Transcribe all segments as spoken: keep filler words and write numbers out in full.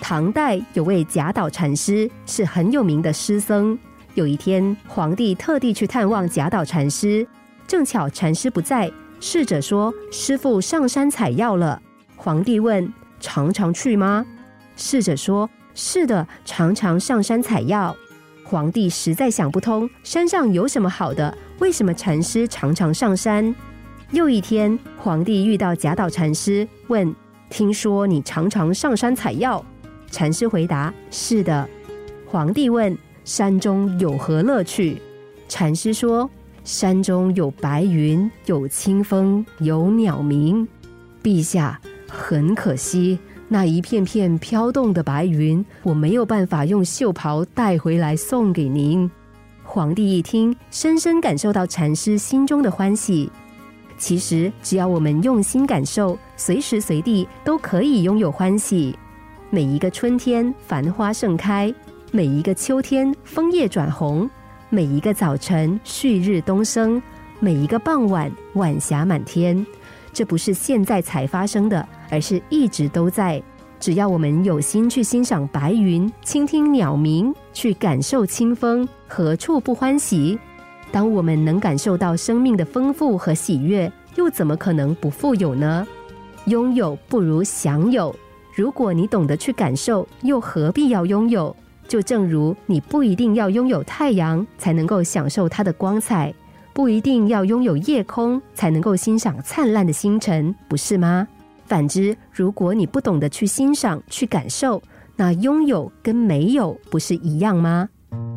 唐代有位贾岛禅师，是很有名的诗僧。有一天，皇帝特地去探望贾岛禅师，正巧禅师不在，侍者说师父上山采药了。皇帝问常常去吗？侍者说是的，常常上山采药。皇帝实在想不通，山上有什么好的，为什么禅师常常上山？又一天，皇帝遇到贾岛禅师，问听说你常常上山采药？禅师回答是的。皇帝问山中有何乐趣？禅师说山中有白云，有清风，有鸟鸣。陛下，很可惜，那一片片飘动的白云，我没有办法用袖袍带回来送给您。皇帝一听，深深感受到禅师心中的欢喜。其实只要我们用心感受，随时随地都可以拥有欢喜。每一个春天繁花盛开，每一个秋天枫叶转红，每一个早晨旭日东升，每一个傍晚晚霞满天。这不是现在才发生的，而是一直都在。只要我们有心去欣赏白云，倾听鸟鸣，去感受清风，何处不欢喜？当我们能感受到生命的丰富和喜悦，又怎么可能不富有呢？拥有不如享有。如果你懂得去感受，又何必要拥有？就正如你不一定要拥有太阳才能够享受它的光彩，不一定要拥有夜空才能够欣赏灿烂的星辰，不是吗？反之，如果你不懂得去欣赏、去感受，那拥有跟没有不是一样吗？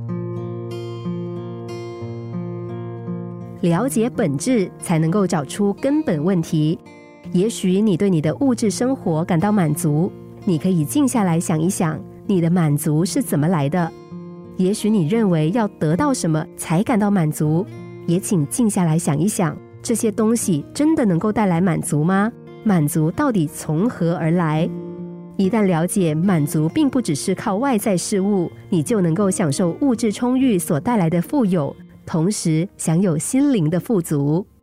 了解本质，才能够找出根本问题。也许你对你的物质生活感到满足，你可以静下来想一想，你的满足是怎么来的？也许你认为要得到什么才感到满足，也请静下来想一想，这些东西真的能够带来满足吗？满足到底从何而来？一旦了解满足并不只是靠外在事物，你就能够享受物质充裕所带来的富有，同时享有心灵的富足。